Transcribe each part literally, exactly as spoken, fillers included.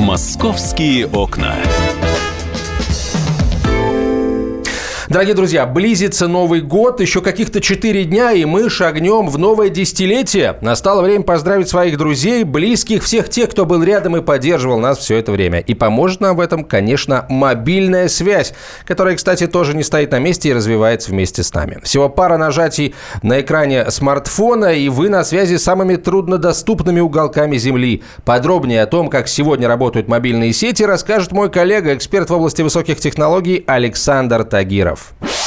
«Московские окна». Дорогие друзья, близится Новый год, еще каких-то четыре дня, и мы шагнем в новое десятилетие. Настало время поздравить своих друзей, близких, всех тех, кто был рядом и поддерживал нас все это время. И поможет нам в этом, конечно, мобильная связь, которая, кстати, тоже не стоит на месте и развивается вместе с нами. Всего пара нажатий на экране смартфона, и вы на связи с самыми труднодоступными уголками Земли. Подробнее о том, как сегодня работают мобильные сети, расскажет мой коллега, эксперт в области высоких технологий Александр Тагиров.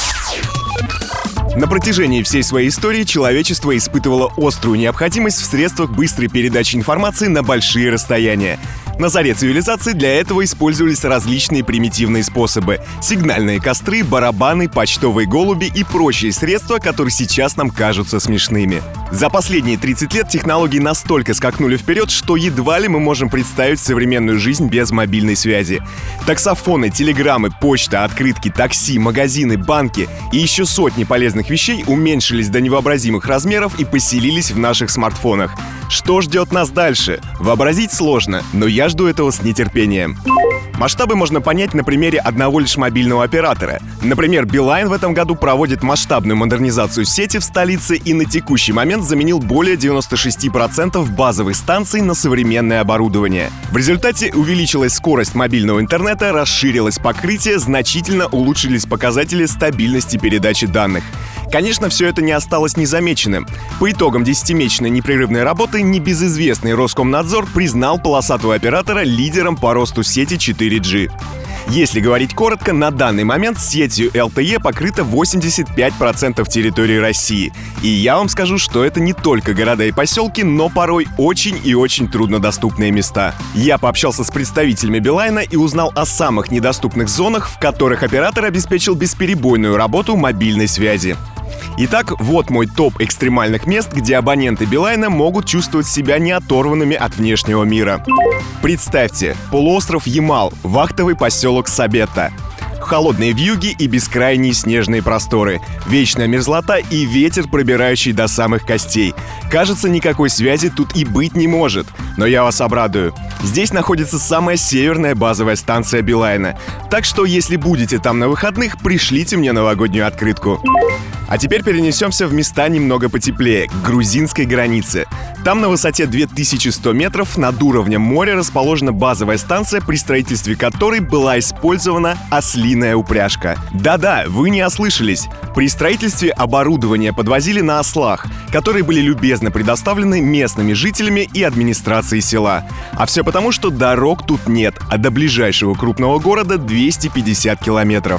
На протяжении всей своей истории человечество испытывало острую необходимость в средствах быстрой передачи информации на большие расстояния. На заре цивилизации для этого использовались различные примитивные способы — сигнальные костры, барабаны, почтовые голуби и прочие средства, которые сейчас нам кажутся смешными. За последние тридцать лет технологии настолько скакнули вперед, что едва ли мы можем представить современную жизнь без мобильной связи. Таксофоны, телеграммы, почта, открытки, такси, магазины, банки и еще сотни полезных вещей уменьшились до невообразимых размеров и поселились в наших смартфонах. Что ждет нас дальше? Вообразить сложно, но я жду этого с нетерпением. Масштабы можно понять на примере одного лишь мобильного оператора. Например, Билайн в этом году проводит масштабную модернизацию сети в столице и на текущий момент заменил более девяносто шесть процентов базовых станций на современное оборудование. В результате увеличилась скорость мобильного интернета, расширилось покрытие, значительно улучшились показатели стабильности передачи данных. Конечно, все это не осталось незамеченным. По итогам десятимесячной непрерывной работы небезызвестный Роскомнадзор признал полосатого оператора лидером по росту сети четыре джи. Если говорить коротко, на данный момент сетью эл тэ е покрыто восемьдесят пять процентов территории России. И я вам скажу, что это не только города и поселки, но порой очень и очень труднодоступные места. Я пообщался с представителями Билайна и узнал о самых недоступных зонах, в которых оператор обеспечил бесперебойную работу мобильной связи. Итак, вот мой топ экстремальных мест, где абоненты Билайна могут чувствовать себя не оторванными от внешнего мира. Представьте, полуостров Ямал, вахтовый поселок Сабетта. Холодные вьюги и бескрайние снежные просторы, вечная мерзлота и ветер, пробирающий до самых костей. Кажется, никакой связи тут и быть не может. Но я вас обрадую. Здесь находится самая северная базовая станция Билайна. Так что, если будете там на выходных, пришлите мне новогоднюю открытку. А теперь перенесемся в места немного потеплее, к грузинской границе. Там на высоте две тысячи сто метров над уровнем моря расположена базовая станция, при строительстве которой была использована ослиная упряжка. Да-да, вы не ослышались. При строительстве оборудование подвозили на ослах, которые были любезно предоставлены местными жителями и администрацией села. А все потому, что дорог тут нет, а до ближайшего крупного города двести пятьдесят километров.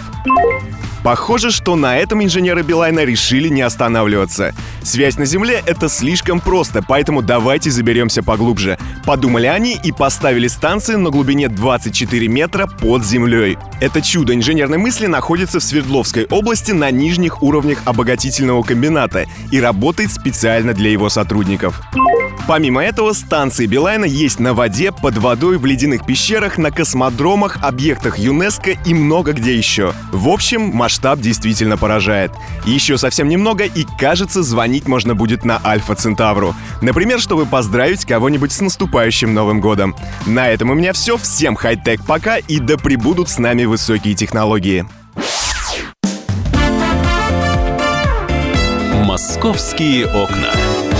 Похоже, что на этом инженеры Билайна решили не останавливаться. Связь на Земле — это слишком просто, поэтому давайте заберемся поглубже. Подумали они и поставили станцию на глубине двадцать четыре метра под землей. Это чудо инженерной мысли находится в Свердловской области на нижних уровнях обогатительного комбината и работает специально для его сотрудников. Помимо этого, станции Билайна есть на воде, под водой, в ледяных пещерах, на космодромах, объектах ЮНЕСКО и много где еще. В общем, масштаб действительно поражает. Еще совсем немного, и, кажется, звонить можно будет на Альфа Центавру. Например, чтобы поздравить кого-нибудь с наступающим Новым годом. На этом у меня все. Всем хай-тек пока, и да пребудут с нами высокие технологии. «Московские окна».